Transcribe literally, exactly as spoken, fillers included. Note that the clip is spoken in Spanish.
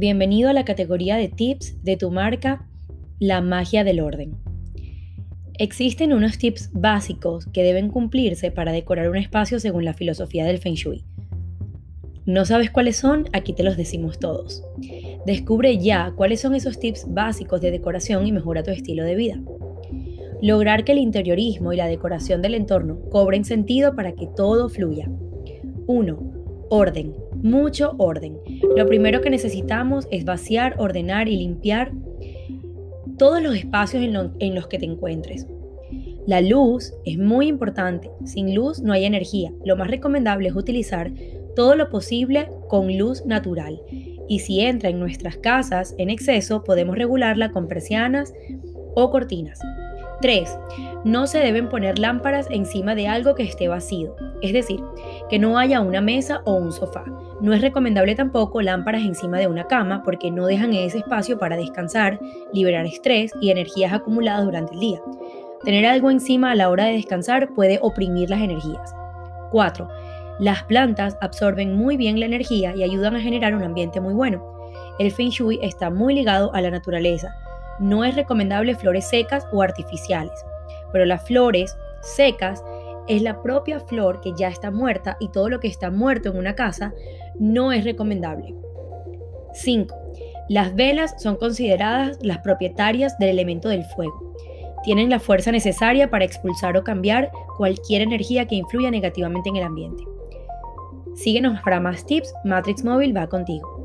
Bienvenido a la categoría de tips de tu marca, la magia del orden. Existen unos tips básicos que deben cumplirse para decorar un espacio según la filosofía del Feng Shui. ¿No sabes cuáles son? Aquí te los decimos todos. Descubre ya cuáles son esos tips básicos de decoración y mejora tu estilo de vida. Lograr que el interiorismo y la decoración del entorno cobren sentido para que todo fluya. uno. Orden. Mucho orden. Lo primero que necesitamos es vaciar, ordenar y limpiar todos los espacios en, lo, en los que te encuentres. La luz es muy importante. Sin luz no hay energía. Lo más recomendable es utilizar todo lo posible con luz natural. Y si entra en nuestras casas en exceso, podemos regularla con persianas o cortinas. tres. No se deben poner lámparas encima de algo que esté vacío, es decir, que no haya una mesa o un sofá. No es recomendable tampoco lámparas encima de una cama porque no dejan ese espacio para descansar, liberar estrés y energías acumuladas durante el día. Tener algo encima a la hora de descansar puede oprimir las energías. cuatro. Las plantas absorben muy bien la energía y ayudan a generar un ambiente muy bueno. El Feng Shui está muy ligado a la naturaleza. No es recomendable flores secas o artificiales, pero las flores secas es la propia flor que ya está muerta y todo lo que está muerto en una casa no es recomendable. cinco. Las velas son consideradas las propietarias del elemento del fuego. Tienen la fuerza necesaria para expulsar o cambiar cualquier energía que influya negativamente en el ambiente. Síguenos para más tips, Matrix Móvil va contigo.